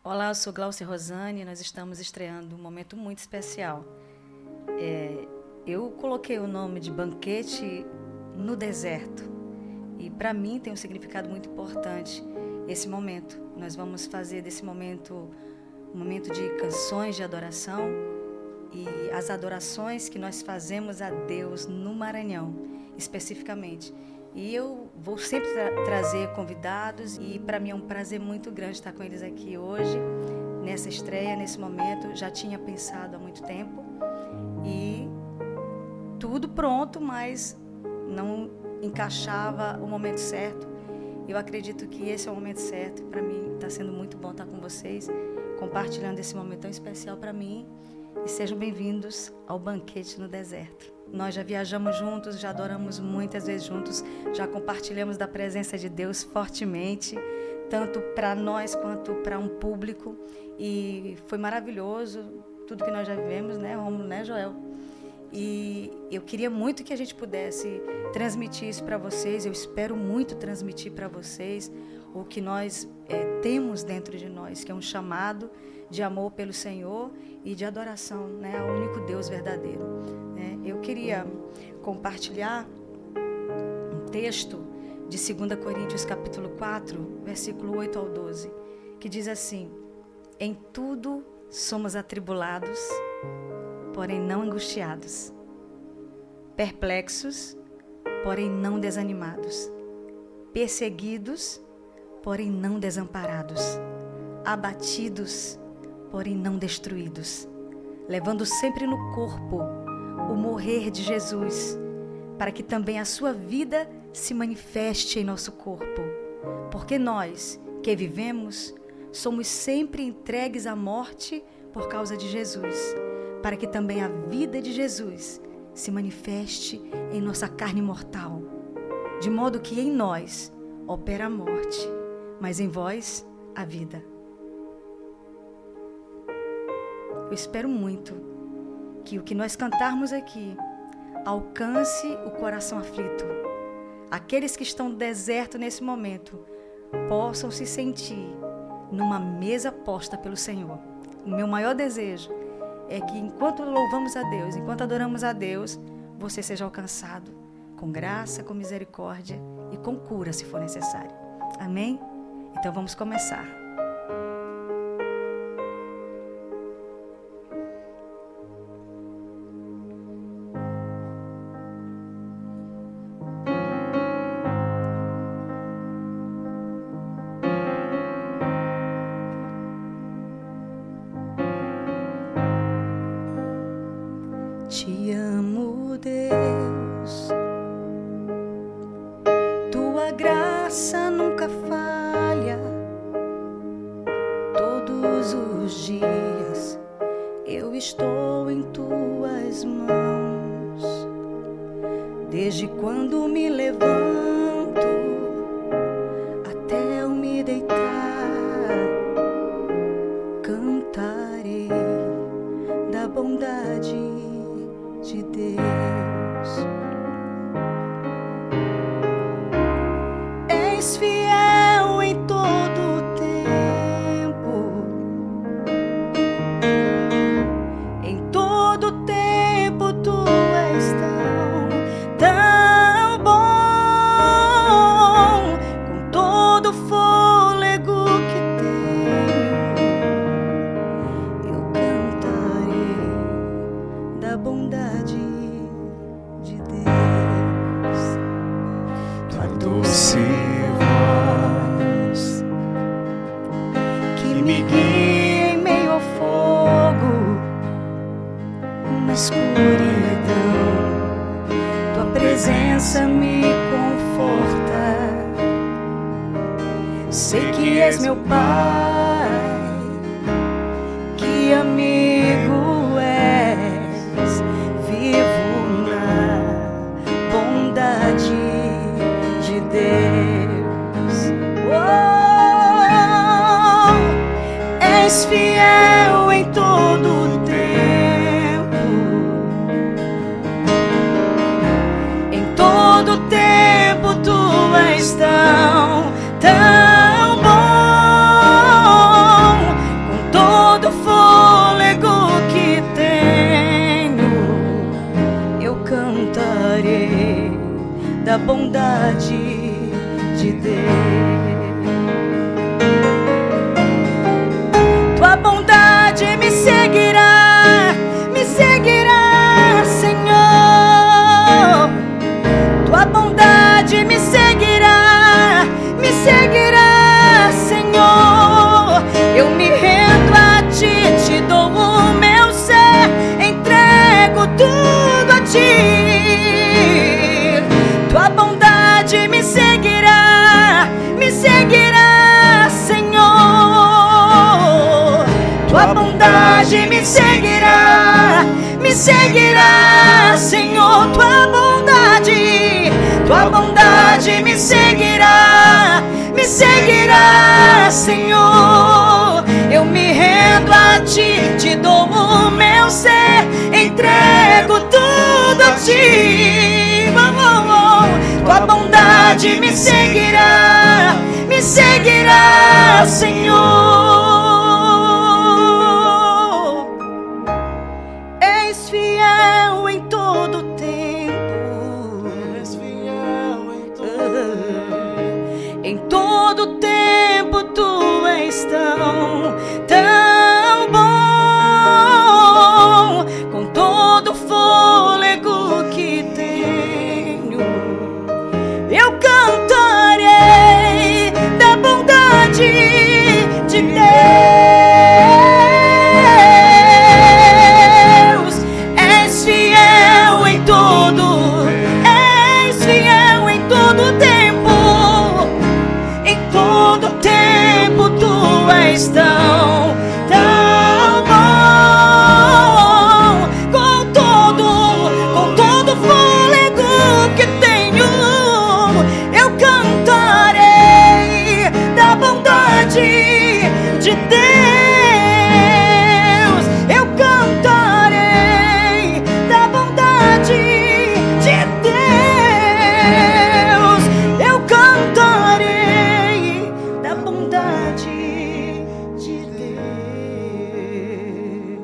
Olá, eu sou Glaucia Rosane e nós estamos estreando um momento muito especial. Eu coloquei o nome de Banquete no Deserto e para mim tem um significado muito importante esse momento. Nós vamos fazer desse momento um momento de canções de adoração e as adorações que nós fazemos a Deus no Maranhão, especificamente. E eu vou sempre trazer convidados e para mim é um prazer muito grande estar com eles aqui hoje, nessa estreia, nesse momento. Já tinha pensado há muito tempo e tudo pronto, mas não encaixava o momento certo. Eu acredito que esse é o momento certo. Para mim está sendo muito bom estar com vocês, compartilhando esse momento tão especial para mim. E sejam bem-vindos ao Banquete no Deserto. Nós já viajamos juntos, já adoramos muitas vezes juntos, já compartilhamos da presença de Deus fortemente, tanto para nós quanto para um público. E foi maravilhoso tudo que nós já vivemos, né, Rômulo, né, Joel? E eu queria muito que a gente pudesse transmitir isso para vocês. Eu espero muito transmitir para vocês o que nós temos dentro de nós, que é um chamado de amor pelo Senhor e de adoração, né, ao único Deus verdadeiro. Eu queria compartilhar um texto de 2 Coríntios capítulo 4, versículo 8 ao 12, que diz assim: em tudo somos atribulados, porém não angustiados, perplexos, porém não desanimados, perseguidos, porém não desamparados, abatidos, porém não destruídos, levando sempre no corpo o morrer de Jesus, para que também a sua vida se manifeste em nosso corpo. Porque nós, que vivemos, somos sempre entregues à morte por causa de Jesus, para que também a vida de Jesus se manifeste em nossa carne mortal, de modo que em nós opera a morte, mas em vós a vida. Eu espero muito que o que nós cantarmos aqui alcance o coração aflito. Aqueles que estão no deserto nesse momento possam se sentir numa mesa posta pelo Senhor. O meu maior desejo é que enquanto louvamos a Deus, enquanto adoramos a Deus, você seja alcançado com graça, com misericórdia e com cura, se for necessário. Amém? Então vamos começar. Te amo, Deus, tua graça nunca falha. Todos os dias eu estou em tuas mãos. Desde quando me levanto até eu me deitar, cantarei da bondade de Deus. És fiel em todo o tempo, em todo o tempo tu és tão bom, com todo o fôlego que tenho, eu cantarei da bondade de Deus. Tua doce voz Que me guia em meio ao fogo, na escuridão, tua presença me conforta. Sei que és meu Pai, que amigo és, vivo na bondade de Deus. Oh, és fiel em todo o tempo, em todo o tempo tu és tão bom, Eu me rendo a ti, te dou o meu ser, entrego tudo a ti. Tua bondade me seguirá, Senhor. Tua bondade me seguirá, Senhor. Tua bondade me seguirá, Senhor. Eu me rendo a ti, te dou o meu ser, entrego tudo a ti. Tua bondade me seguirá, Senhor. És fiel em todo tempo, És fiel em em todo tempo tu és tão bom. Com todo o fôlego que tenho, eu cantarei da bondade de Deus. És fiel em todo tempo. Em todo tempo tu és tão bom. Com todo fôlego que tenho, eu cantarei da bondade de Deus. Eu cantarei da bondade de Deus. Eu cantarei da bondade de Deus.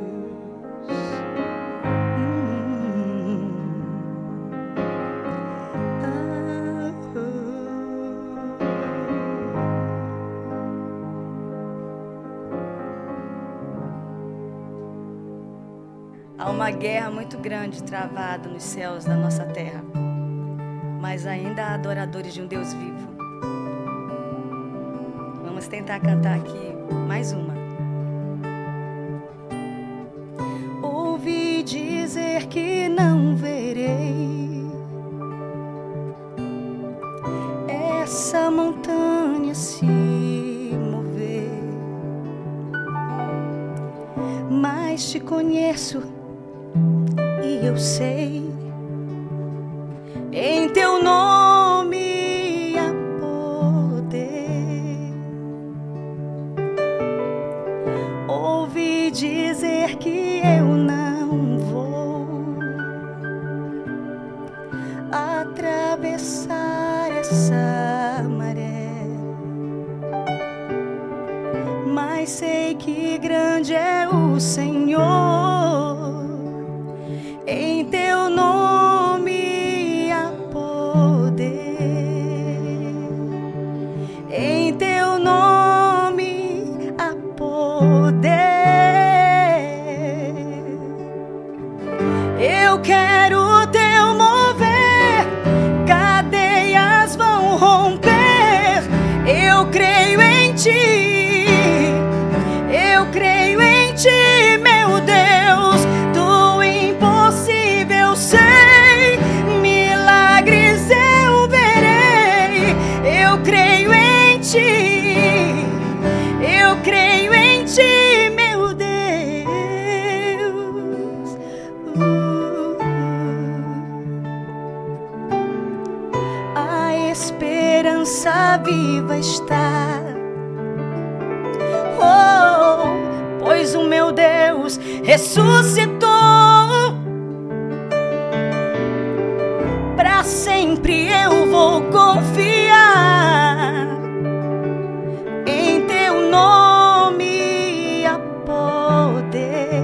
Há uma guerra muito grande travada nos céus da nossa terra, mas ainda há adoradores de um Deus vivo. Vamos tentar cantar aqui mais uma. Ouvi dizer que não verei essa montanha se mover, mas te conheço e eu sei, em teu nome há poder. Ouvi dizer que eu não vou atravessar essa maré, mas sei que grande é o Senhor. Em teu nome há poder, em teu nome há poder. Eu quero teu mover, cadeias vão romper. Eu creio em ti, eu creio em ti, meu Deus. Do impossível sei, milagres eu verei. Eu creio em ti, eu creio em ti, meu Deus. A esperança viva está, pois o meu Deus ressuscitou. Pra sempre eu vou confiar, em teu nome há poder,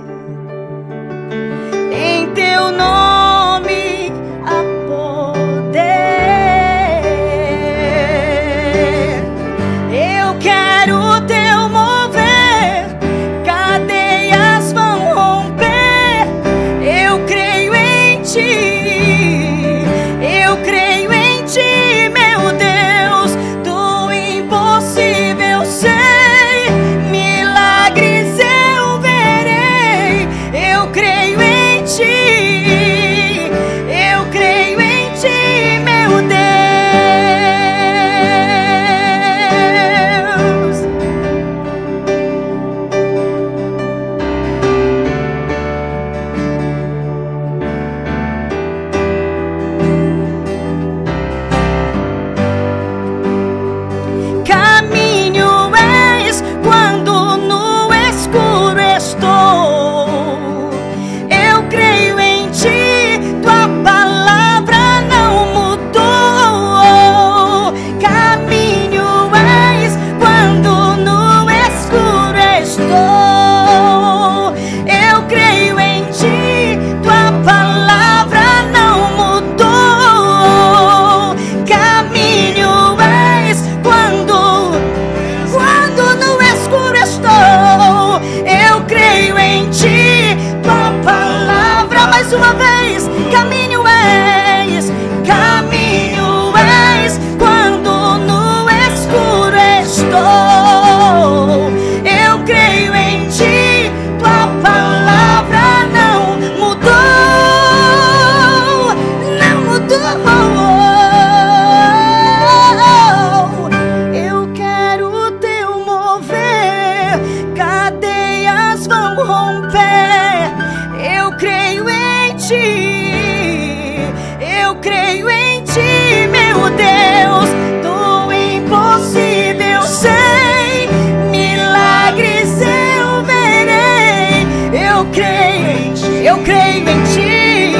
em teu nome há poder. Eu quero teu mover, cadeias vão romper. Eu creio em ti, eu creio Eu creio em ti.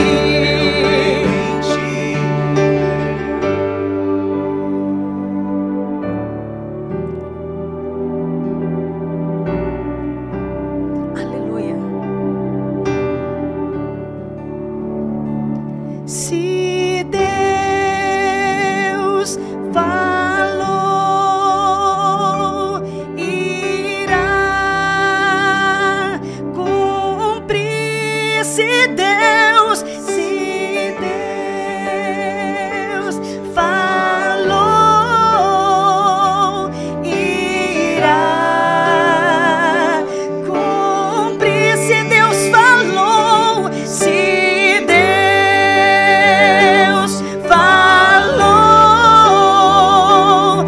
Se Deus falou, irá cumprir. Se Deus falou, irá cumprir. Se Deus falou, se Deus falou,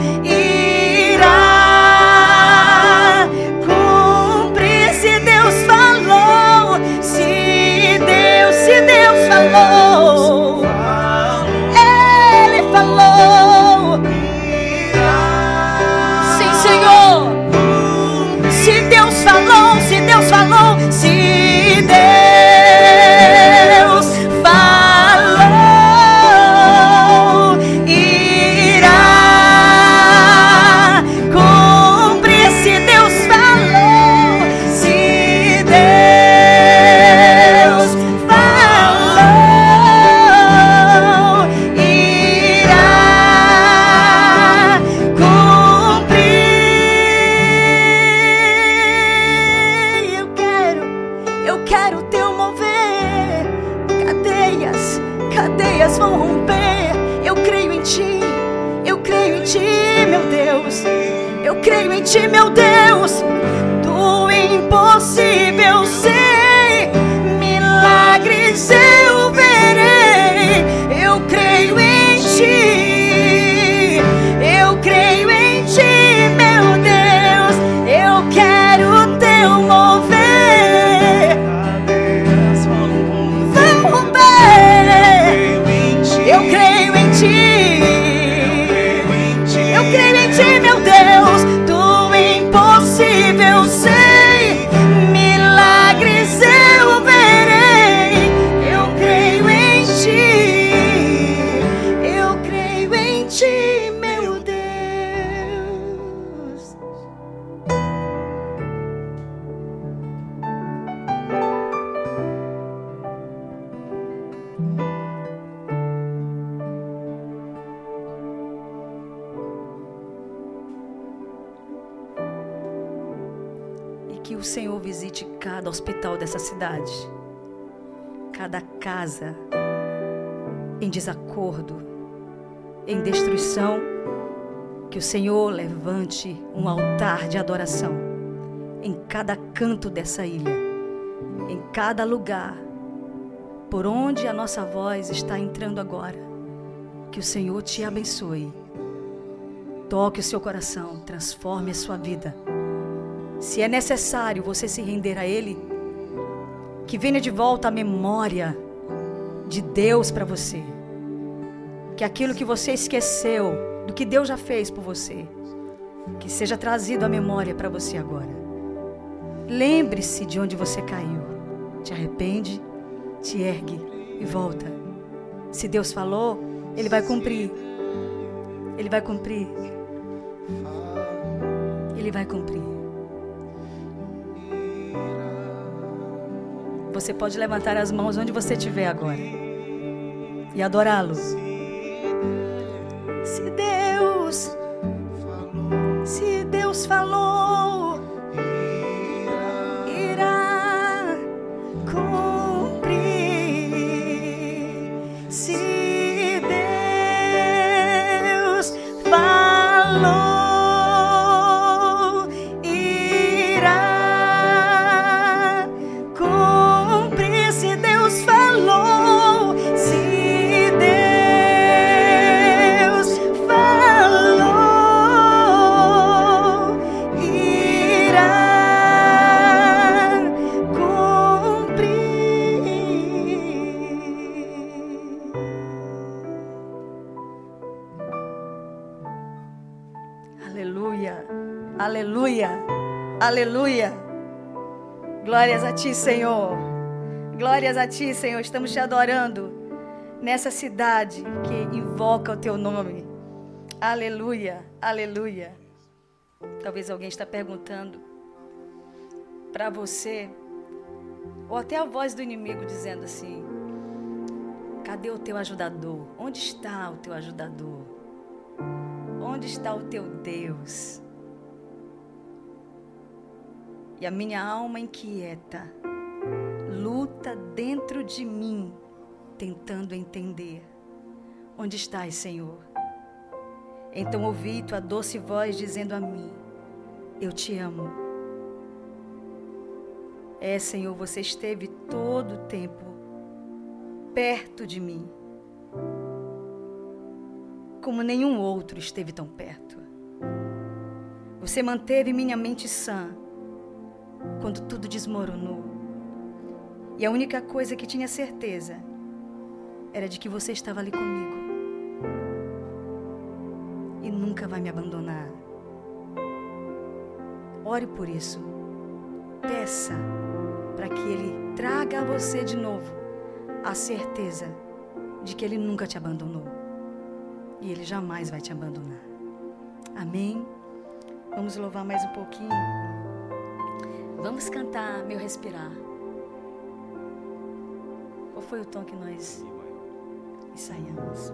irá cumprir. Se Deus falou, se Deus falou, Ele falou. Sim, Senhor. Se Deus falou, se Deus falou, se Deus falou, irá cumprir. Se Deus falou, se Deus falou, irá cumprir. Eu quero teu mover. Cadeias vão romper. Eu creio em ti, meu Deus. Eu creio em ti, meu Deus. Do impossível sei, milagres eu verei. Eu creio em ti, eu creio em ti, meu Deus. Eu quero teu mover. Vão romper. Eu creio em ti, eu creio em ti, meu Deus. Do impossível sei, milagres eu verei. Eu creio em ti, eu creio em ti, meu Deus. E que o Senhor visite cada hospital dessa cidade, cada casa em desacordo, em destruição. Que o Senhor levante um altar de adoração em cada canto dessa ilha, em cada lugar por onde a nossa voz está entrando agora. Que o Senhor te abençoe, toque o seu coração, transforme a sua vida. Se é necessário você se render a Ele, que venha de volta a memória de Deus para você. Que aquilo que você esqueceu, do que Deus já fez por você, que seja trazido à memória para você agora. Lembre-se de onde você caiu. Te arrepende, te ergue e volta. Se Deus falou, Ele vai cumprir. Ele vai cumprir. Ele vai cumprir. Você pode levantar as mãos onde você estiver agora e adorá-lo. Se Deus falou, irá cumprir. Se Deus falou, irá cumprir. Se Deus falou, se Deus falou, irá cumprir. Aleluia, aleluia, aleluia. Glórias a ti, Senhor. Glórias a Ti, Senhor. Estamos Te adorando nessa cidade que invoca o Teu nome. Aleluia, aleluia. Talvez alguém está perguntando para você, ou até a voz do inimigo dizendo assim: cadê o teu ajudador? Onde está o teu ajudador? Onde está o teu Deus? E a minha alma inquieta luta dentro de mim, tentando entender. Onde estás, Senhor? Então ouvi tua doce voz dizendo a mim: eu te amo. Senhor, você esteve todo o tempo perto de mim, como nenhum outro esteve tão perto. Você manteve minha mente sã quando tudo desmoronou. E a única coisa que tinha certeza era de que você estava ali comigo e nunca vai me abandonar. Ore por isso. Peça para que Ele traga a você de novo a certeza de que Ele nunca te abandonou e Ele jamais vai te abandonar. Amém? Vamos louvar mais um pouquinho. Vamos cantar Meu Respirar. Qual foi o tom que nós ensaiamos?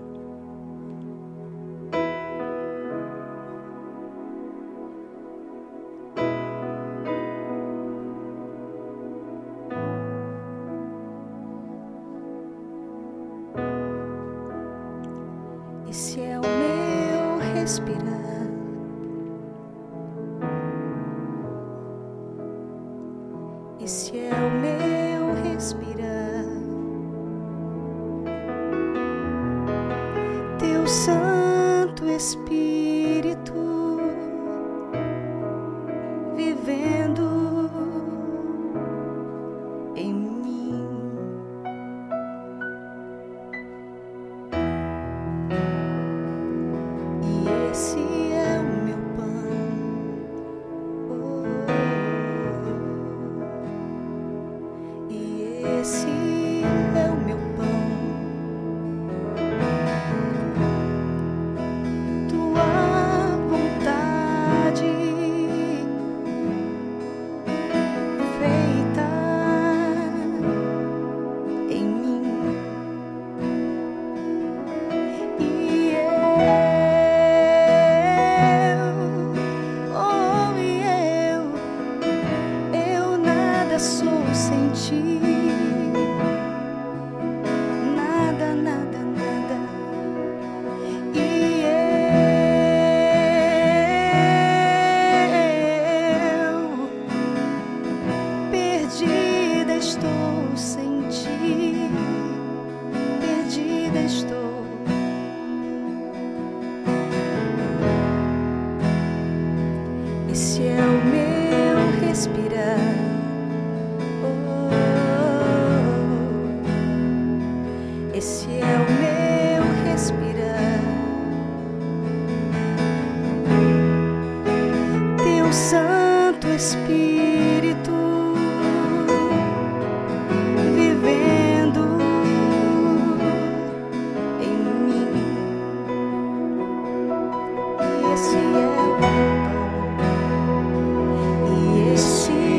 Esse é o meu respirar. Esse é o meu respirar. Teu Santo Espírito vivendo em mim. E esse é o meu pão. E esse é o meu pão. Tua vontade feita em mim. E eu nada sou sem ti. Nada, nada, nada. E eu perdida estou sem ti. Perdida estou. Esse é o meu respirar. Esse é o meu respirar. Teu Santo Espírito vivendo em mim. E esse é o meu pão. E esse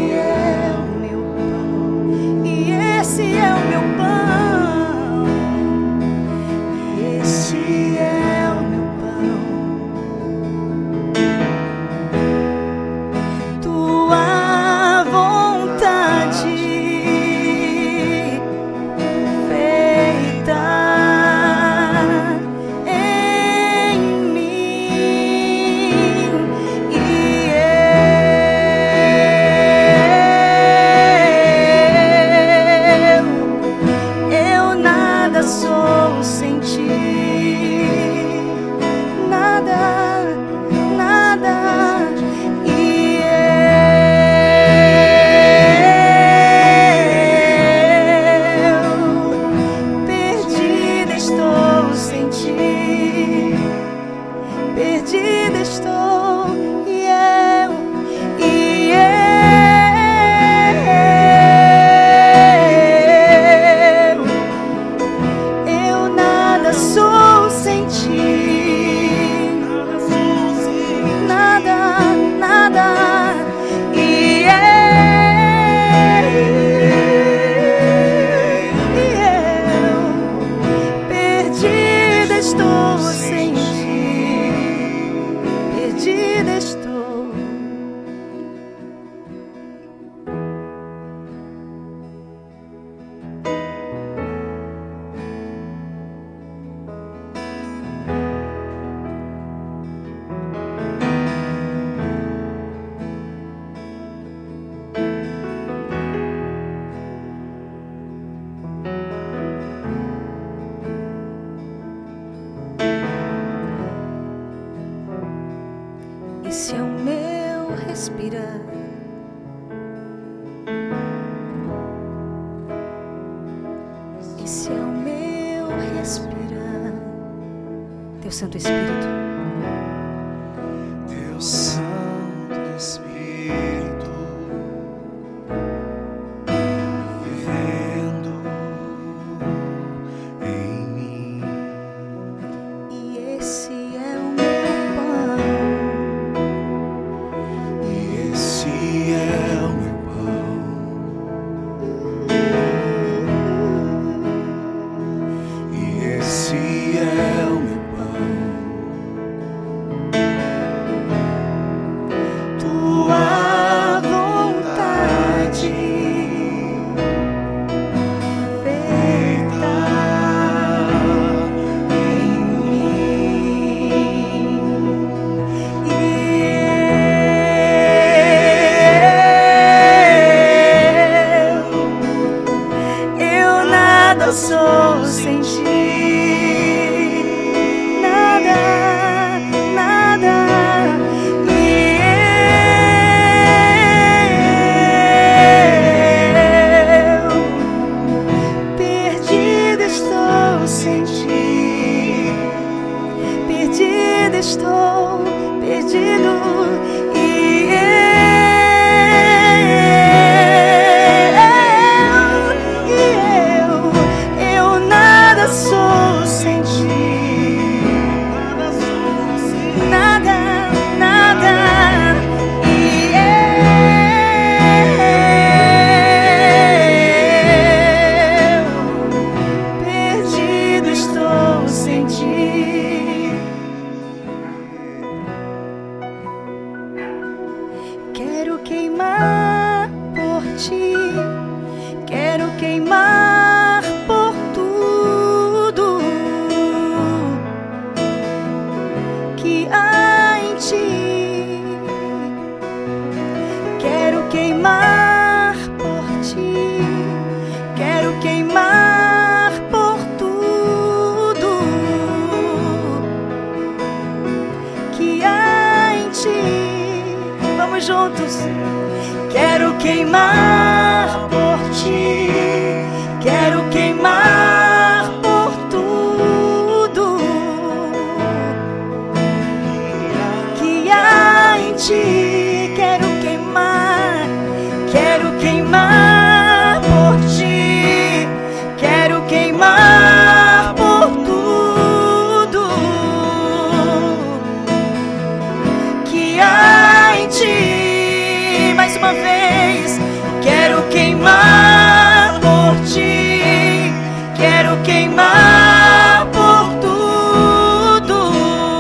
respira Teu Santo Espírito. Teu Santo Espírito vivendo em mim. E esse é o meu pão. E esse é o meu pão. E esse é o meu pão. Tua vontade feita em mim. E eu nada sou sem ti. Nada, nada. Perdida estou sem ti. Perdida estou, perdido. Eu nada sou sem ti. Nada, nada. Perdido estou sem ti. Quero queimar por ti. Quero queimar por tudo que há em ti. Quero queimar por ti. Quero queimar por tudo que há em ti. Vamos juntos. Quero queimar por ti. Quero queimar por tudo que há em ti. Quero queimar por ti. Quero queimar por tudo que há em ti. Mais uma vez. Quero queimar por ti. Quero queimar por tudo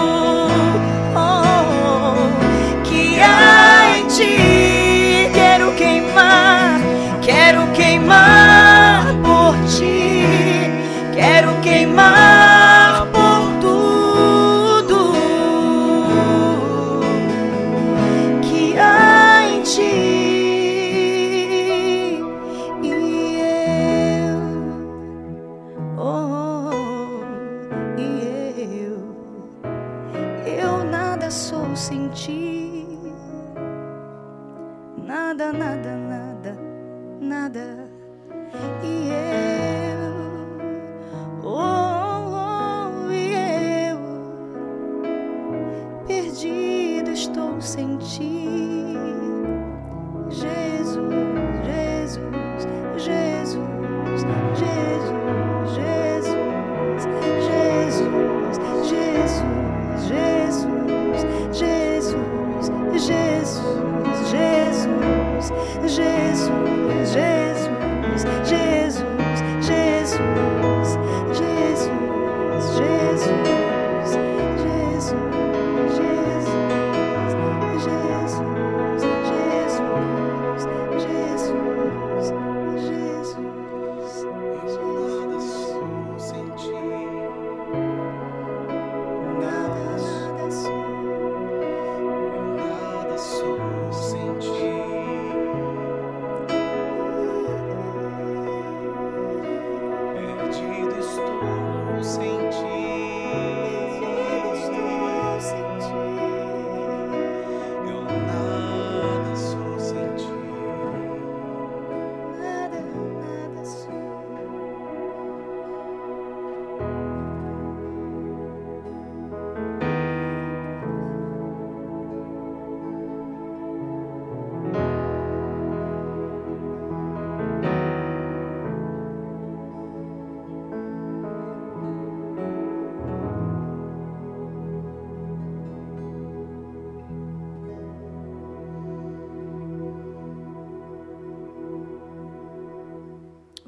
que há em ti. Quero queimar por ti. Quero queimar por tudo que há em ti. Eu nada sou sem ti. Nada, nada, nada, nada. E eu perdido estou sem ti. Jesus, Jesus, Jesus, Jesus, Jesus, Jesus, Jesus, Jesus, Jesus, Jesus, Jesus, Jesus, Jesus, Jesus, Jesus, Jesus, Jesus,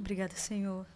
Obrigada, Senhor,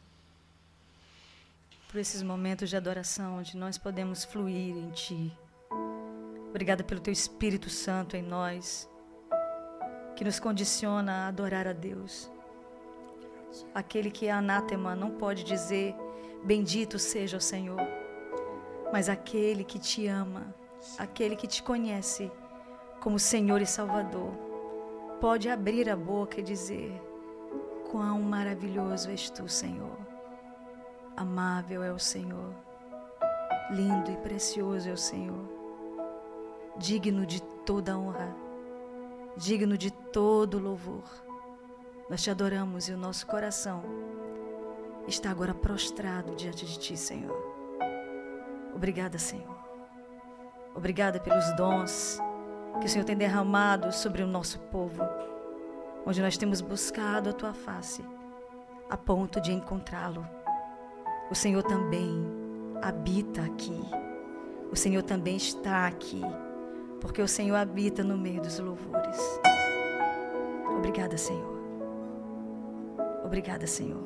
por esses momentos de adoração onde nós podemos fluir em Ti. Obrigada pelo Teu Espírito Santo em nós, que nos condiciona a adorar a Deus. Aquele que é anátema não pode dizer bendito seja o Senhor, mas aquele que Te ama, aquele que Te conhece como Senhor e Salvador, pode abrir a boca e dizer: quão maravilhoso és Tu, Senhor. Amável é o Senhor, lindo e precioso é o Senhor, digno de toda honra, digno de todo louvor. Nós Te adoramos e o nosso coração está agora prostrado diante de Ti, Senhor. Obrigada, Senhor. Obrigada pelos dons que o Senhor tem derramado sobre o nosso povo, onde nós temos buscado a Tua face a ponto de encontrá-lo. O Senhor também habita aqui. O Senhor também está aqui, porque o Senhor habita no meio dos louvores. Obrigada, Senhor. Obrigada, Senhor.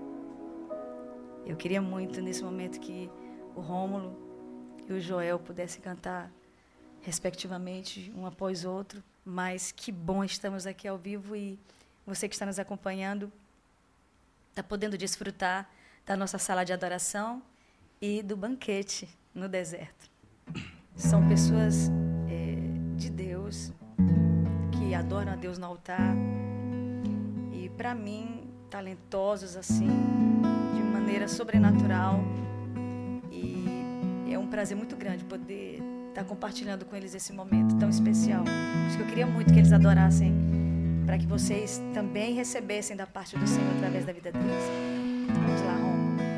Eu queria muito nesse momento que o Rômulo e o Joel pudessem cantar respectivamente, um após outro, mas que bom estamos aqui ao vivo e você que está nos acompanhando está podendo desfrutar da nossa sala de adoração e do banquete no deserto. São pessoas de Deus que adoram a Deus no altar e, para mim, talentosos assim, de maneira sobrenatural, e é um prazer muito grande poder estar compartilhando com eles esse momento tão especial. Acho que eu queria muito que eles adorassem, para que vocês também recebessem da parte do Senhor através da vida deles. Vamos lá, Rômulo.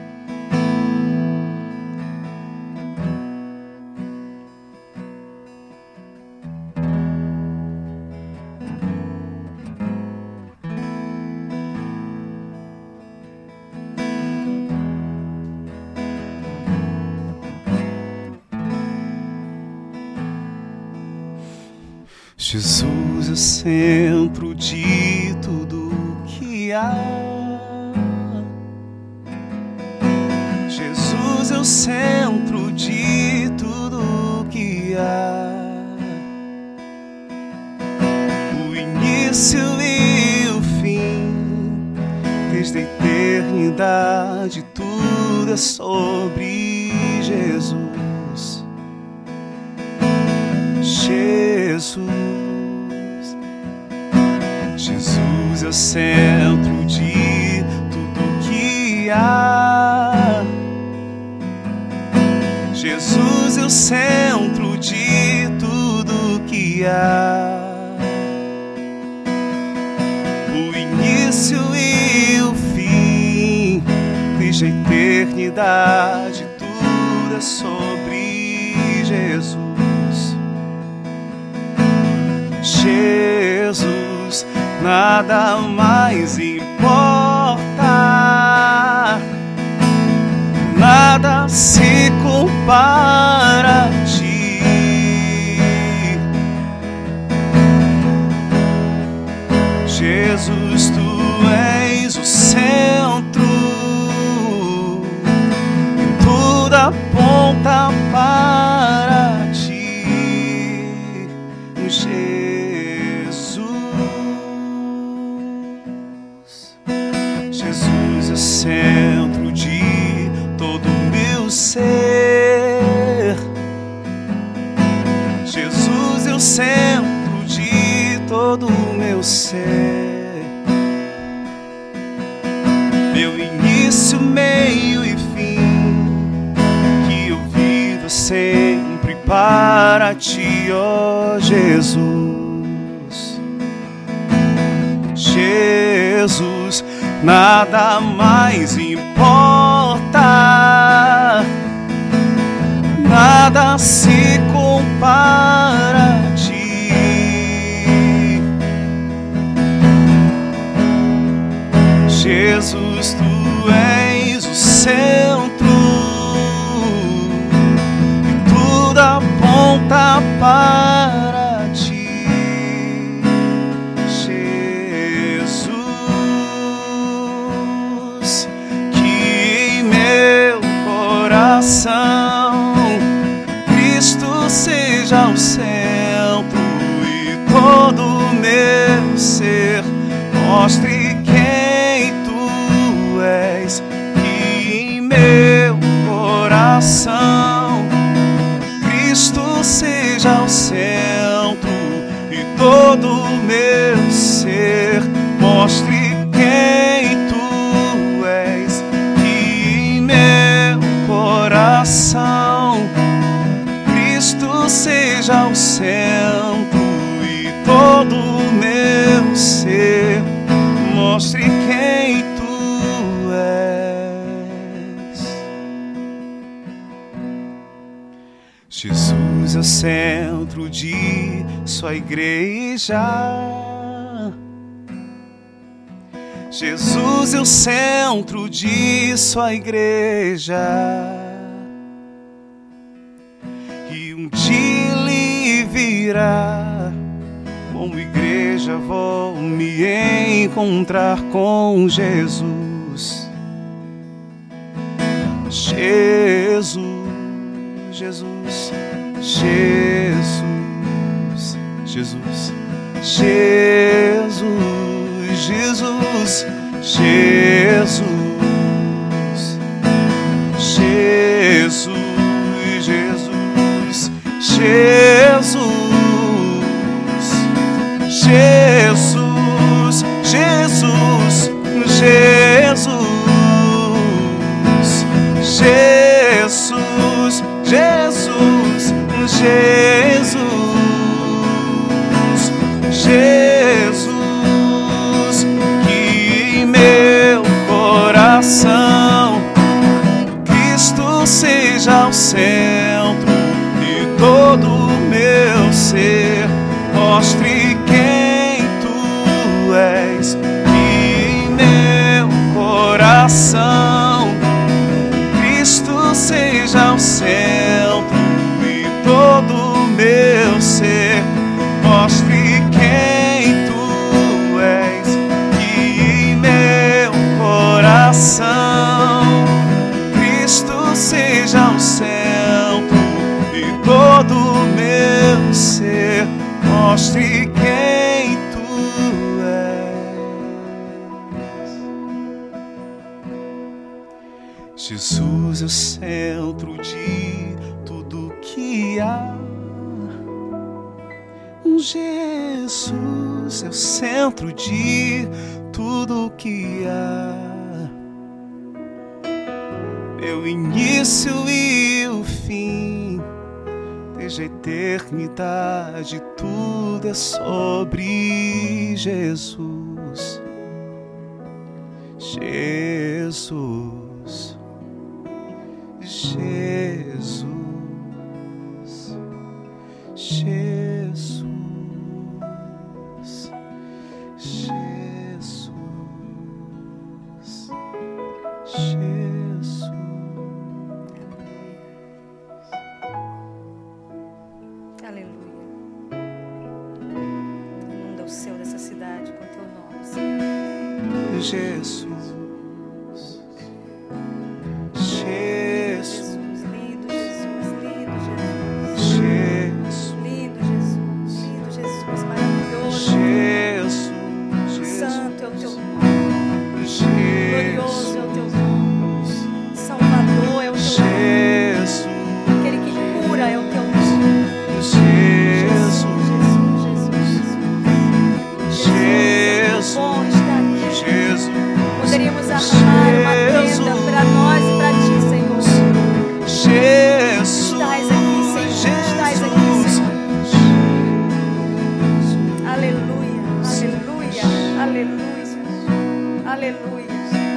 Jesus é o centro de tudo que há. Jesus é o centro de tudo que há. O início e o fim, desde a eternidade, tudo é sobre Jesus. Jesus é o centro de tudo que há. Jesus é o centro de tudo que há. O início e o fim, desde a eternidade, tudo é sobre Jesus. Jesus, nada mais importa, nada se compara a Ti. Jesus, Tu és o centro e tudo aponta para Ti. Jesus é o centro de todo o meu ser. Jesus é o centro de todo o meu ser. Meu início, meio e fim, que eu vivo sempre para Ti, ó Jesus. Jesus, nada mais importa, nada se compara a Ti. Jesus, Tu és o centro e tudo aponta para Ti. coração. Cristo seja o centro e todo o meu ser mostre quem tu és. Que em meu coração Cristo seja o centro e todo o meu ser mostre quem tu és. Que em meu coração Cristo seja o centro e todo o meu ser mostre quem tu és. Jesus é o centro de sua igreja. Jesus é o centro de sua igreja. E um dia ele virá, como igreja vou me encontrar com Jesus. Jesus, Jesus, Jesus, Jesus, Jesus, Jesus, Jesus, Jesus, Jesus, Jesus, Jesus, Jesus, Jesus, Jesus, Jesus, Jesus, Jesus, que em meu coração Cristo seja o centro e todo o meu ser mostre quem tu és. Que em meu coração Cristo seja o centro e todo o meu ser mostre quem tu és. Que em meu coração Cristo seja o centro e todo o meu ser mostre quem tu és. Jesus é o centro de tudo que há. Jesus é o centro de tudo que há. Meu início e o fim, desde a eternidade, tudo é sobre Jesus. Jesus, Jesus, Jesus, Jesus, Jesus. Aleluia. Inunda o céu dessa cidade com teu nome, Senhor. Jesus, Jesus, lindo Jesus, lindo Jesus, lindo Jesus, lindo Jesus, maravilhoso. Jesus, Santo é o teu nome, glorioso é o teu nome, Salvador é o teu nome, aquele que cura é o teu nome. Jesus, Jesus, Jesus, Jesus, bom estar aqui. Jesus, Poderíamos armar uma tenda para nós e para ti, Senhor. Jesus, Estás aqui, Senhor. Estás aqui, Senhor. Aleluia, aleluia, aleluia, aleluia,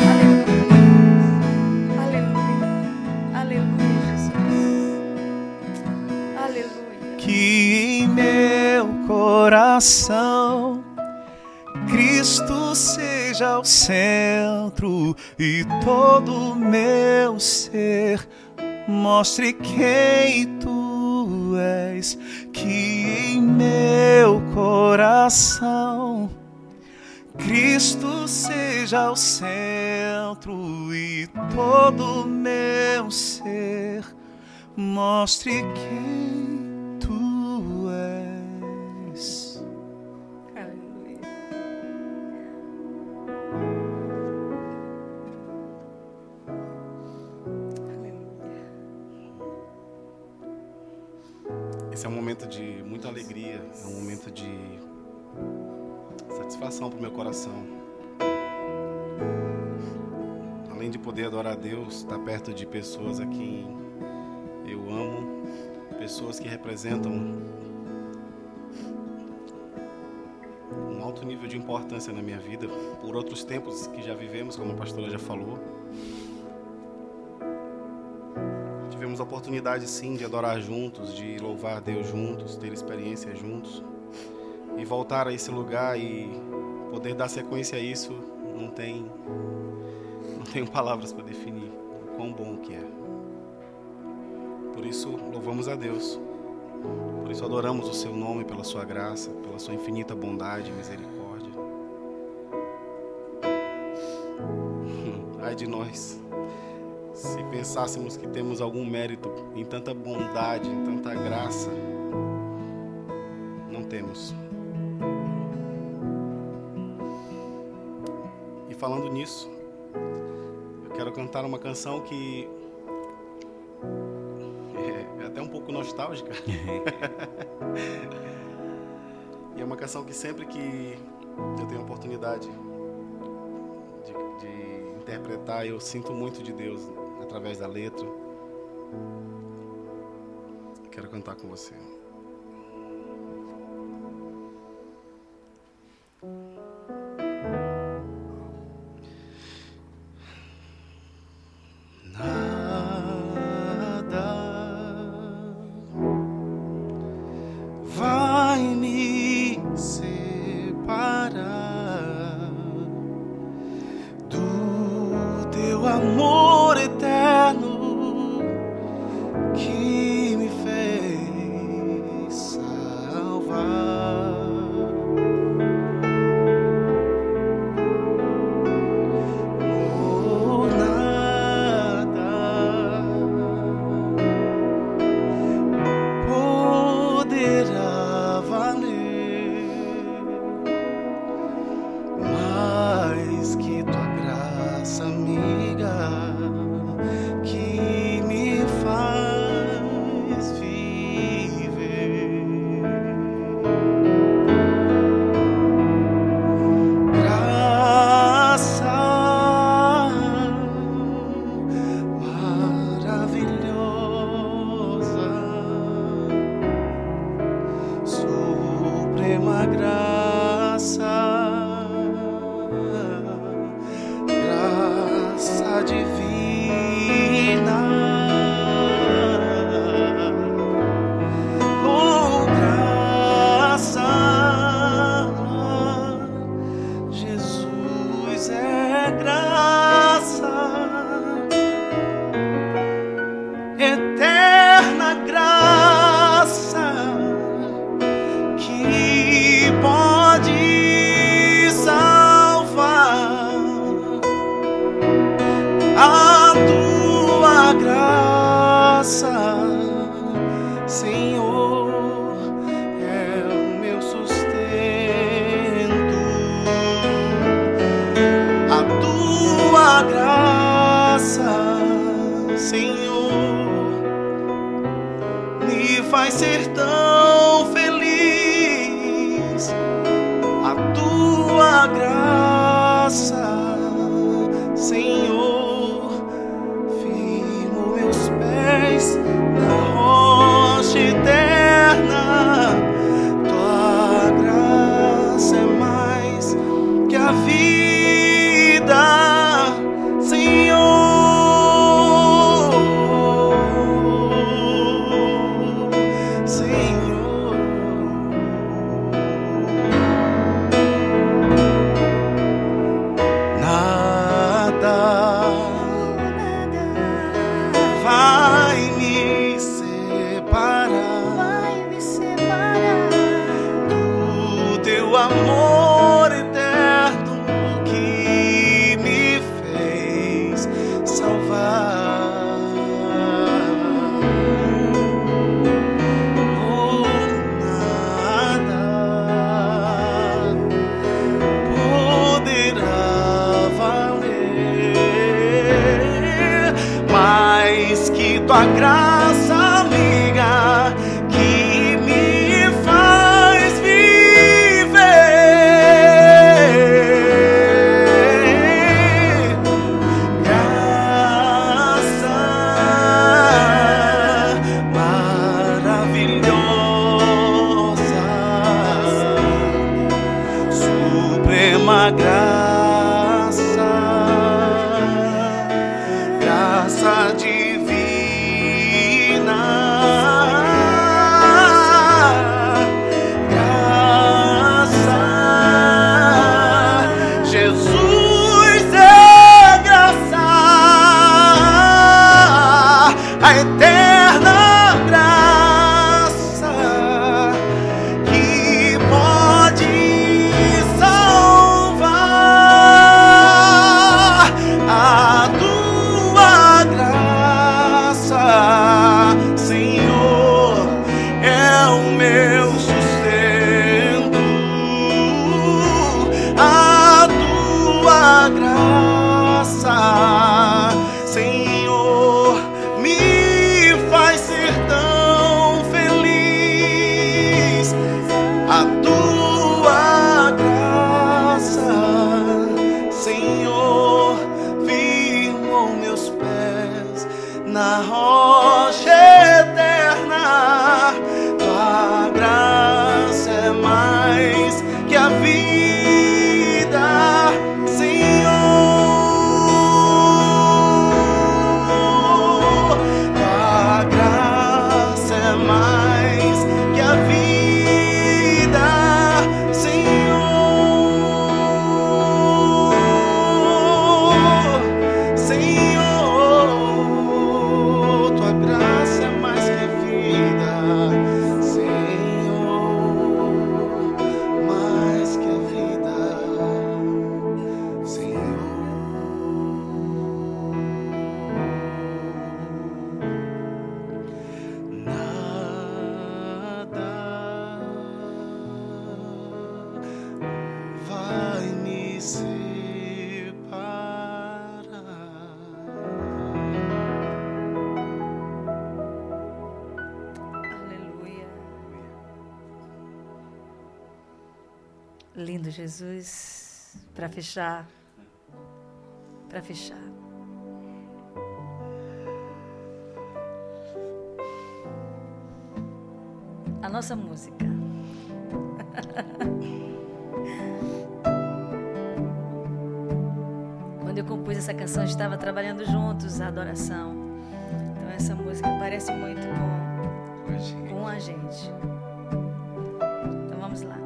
aleluia, aleluia, aleluia, Jesus. Aleluia. que em meu coração Cristo seja o centro e todo o meu ser mostre quem tu és. Que em meu coração Cristo seja o centro e todo meu ser mostre quem tu és. Aleluia. Esse é um momento de muita alegria, é um momento de satisfação para o meu coração. Além de poder adorar a Deus, estar perto de pessoas a quem eu amo, pessoas que representam um alto nível de importância na minha vida, por outros tempos que já vivemos, como a pastora já falou. Tivemos a oportunidade, sim, de adorar juntos, de louvar a Deus juntos, ter experiências juntos. E voltar a esse lugar e poder dar sequência a isso, não tenho palavras para definir o quão bom que é. Por isso, louvamos a Deus. Por isso, adoramos o seu nome pela sua graça, pela sua infinita bondade e misericórdia. Ai de nós, se pensássemos que temos algum mérito em tanta bondade, em tanta graça. Não temos. E falando nisso, eu quero cantar uma canção que é até um pouco nostálgica. E é uma canção que sempre que eu tenho a oportunidade de interpretar, eu sinto muito de Deus através da letra. Eu quero cantar com você. Amor eterno que me fez salvar. Por nada poderá valer mais que tua graça amiga que me faz viver. Graça maravilhosa, suprema graça, graça divina, oh graça, Jesus é graça, eterna graça que pode salvar. A tua graça, Senhor, é o meu sustento. A tua graça, Senhor, me faz ser tão feliz. A tua graça, Senhor, firmo meus pés na rocha eterna. Tua graça é mais que a vida, Senhor. Senhor, nada vai me separar do teu amor eterno graça, Senhor, me faz ser tão feliz. A tua graça, Senhor, firmou meus pés na rocha eterna. Tua graça é mais que a vida, Senhor. Tua graça é mais que a vida, Senhor. Senhor, tua graça é mais que a vida, Senhor, mais que a vida, Senhor. Nada vai me separar. Aleluia. Lindo, Jesus. Para fechar. A nossa música. Quando eu compus essa canção, estava trabalhando juntos a adoração. Então essa música parece muito com a gente. Então vamos lá.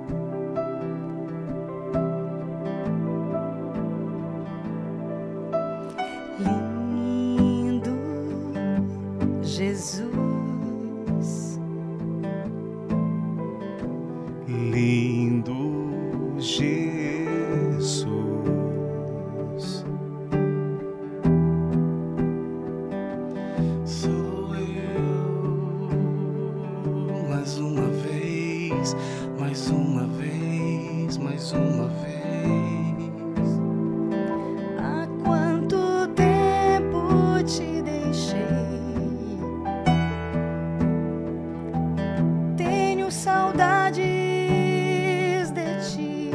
Lindo Jesus, lindo Jesus, Sou eu, mais uma vez, mais uma vez, mais uma vez. há quanto tempo te deixei? Tenho saudades de ti.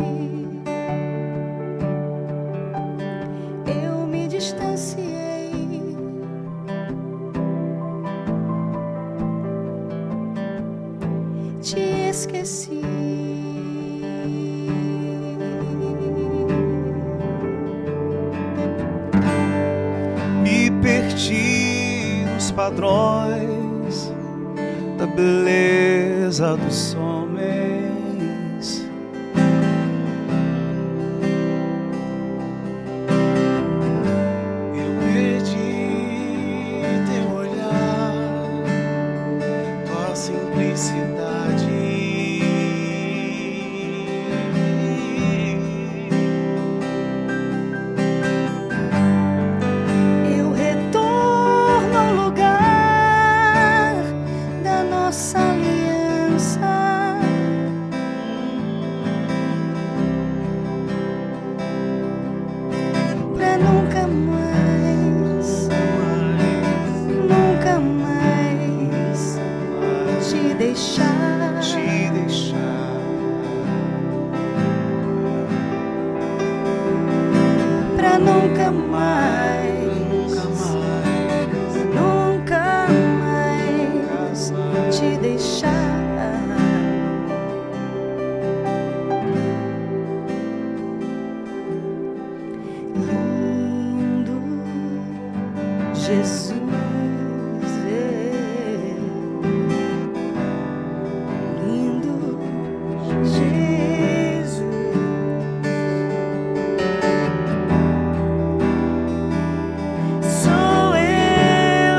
Eu me distanciei. Te esqueci. e perdi os padrões da beleza dos homens. Eu perdi teu olhar, tua simplicidade. Eu retorno ao lugar da nossa aliança. Pra nunca mais te deixar. Pra nunca mais te deixar. Lindo Jesus, lindo Jesus. Sou eu,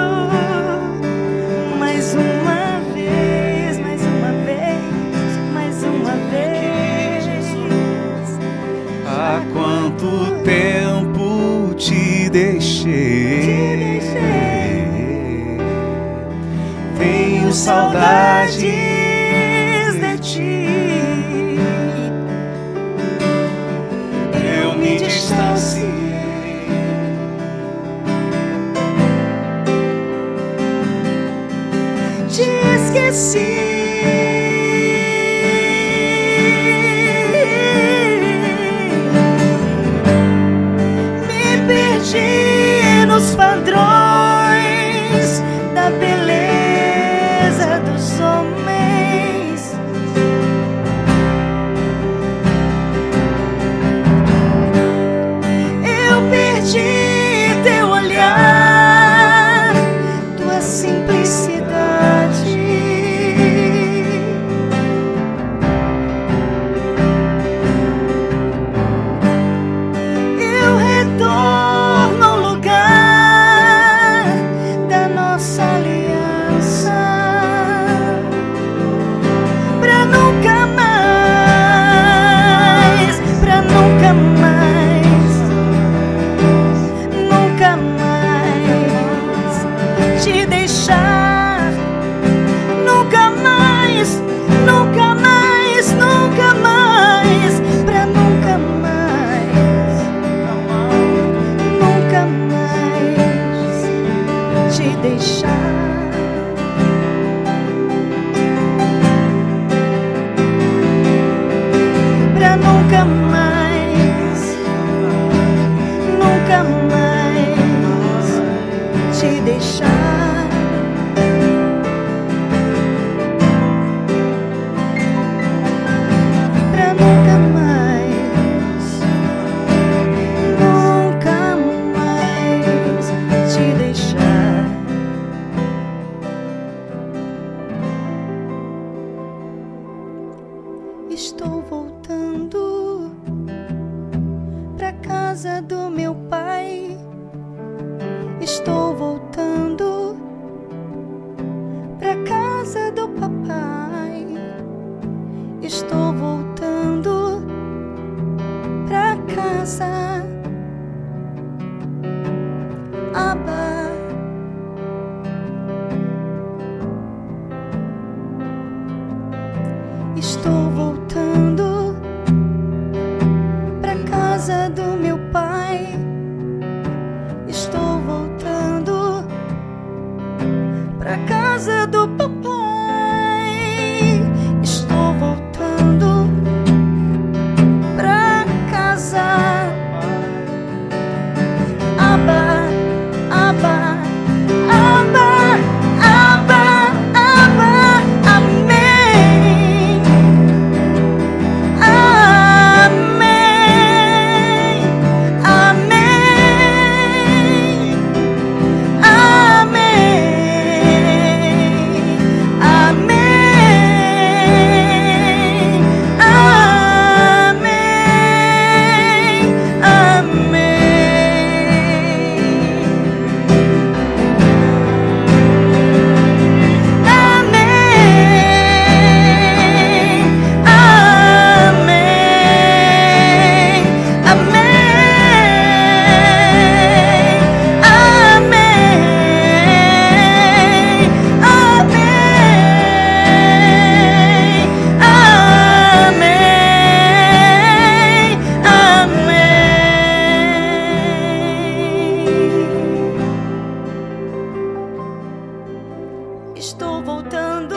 mais uma vez, mais uma vez, mais uma vez. Há quanto tempo te deixei? Tenho saudades de ti. eu me distanciei. Te esqueci. Me perdi nos padrões da beleza dos homens. Eu perdi teu olhar, tua simplicidade. Eu retorno ao lugar da nossa aliança, pra nunca mais, pra nunca mais, nunca mais te deixar, nunca mais, nunca mais, nunca mais, pra nunca mais, nunca mais te deixar. Pra nunca mais, nunca mais te deixar. Pra nunca mais, nunca mais te deixar. Estou voltando pra casa do meu pai. Estou voltando pra casa do papai. Estou voltando pra casa. Abba. Estou voltando pra casa do meu pai. Estou voltando pra casa do papai. Estou voltando pra casa. Abba, Abba, Abba, Abba, Abba, amém. Amém, amém, amém, amém, amém, Estou voltando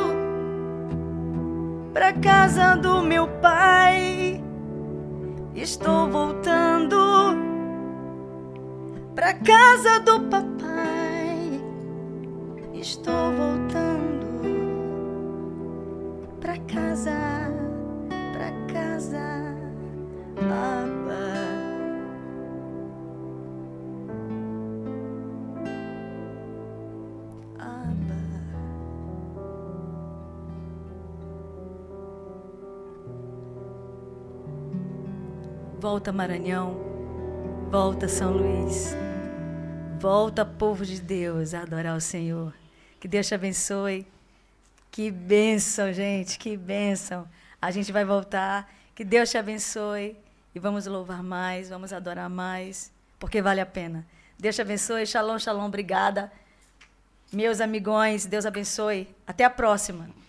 pra casa do meu pai. Estou voltando pra casa do papai. Estou voltando pra casa, Abba. Volta Maranhão, volta São Luís, volta povo de Deus a adorar o Senhor. Que Deus te abençoe. Que bênção, gente, que bênção. A gente vai voltar. Que Deus te abençoe e vamos louvar mais, vamos adorar mais, porque vale a pena. Deus te abençoe. Shalom, shalom, obrigada. Meus amigões, Deus abençoe. Até a próxima.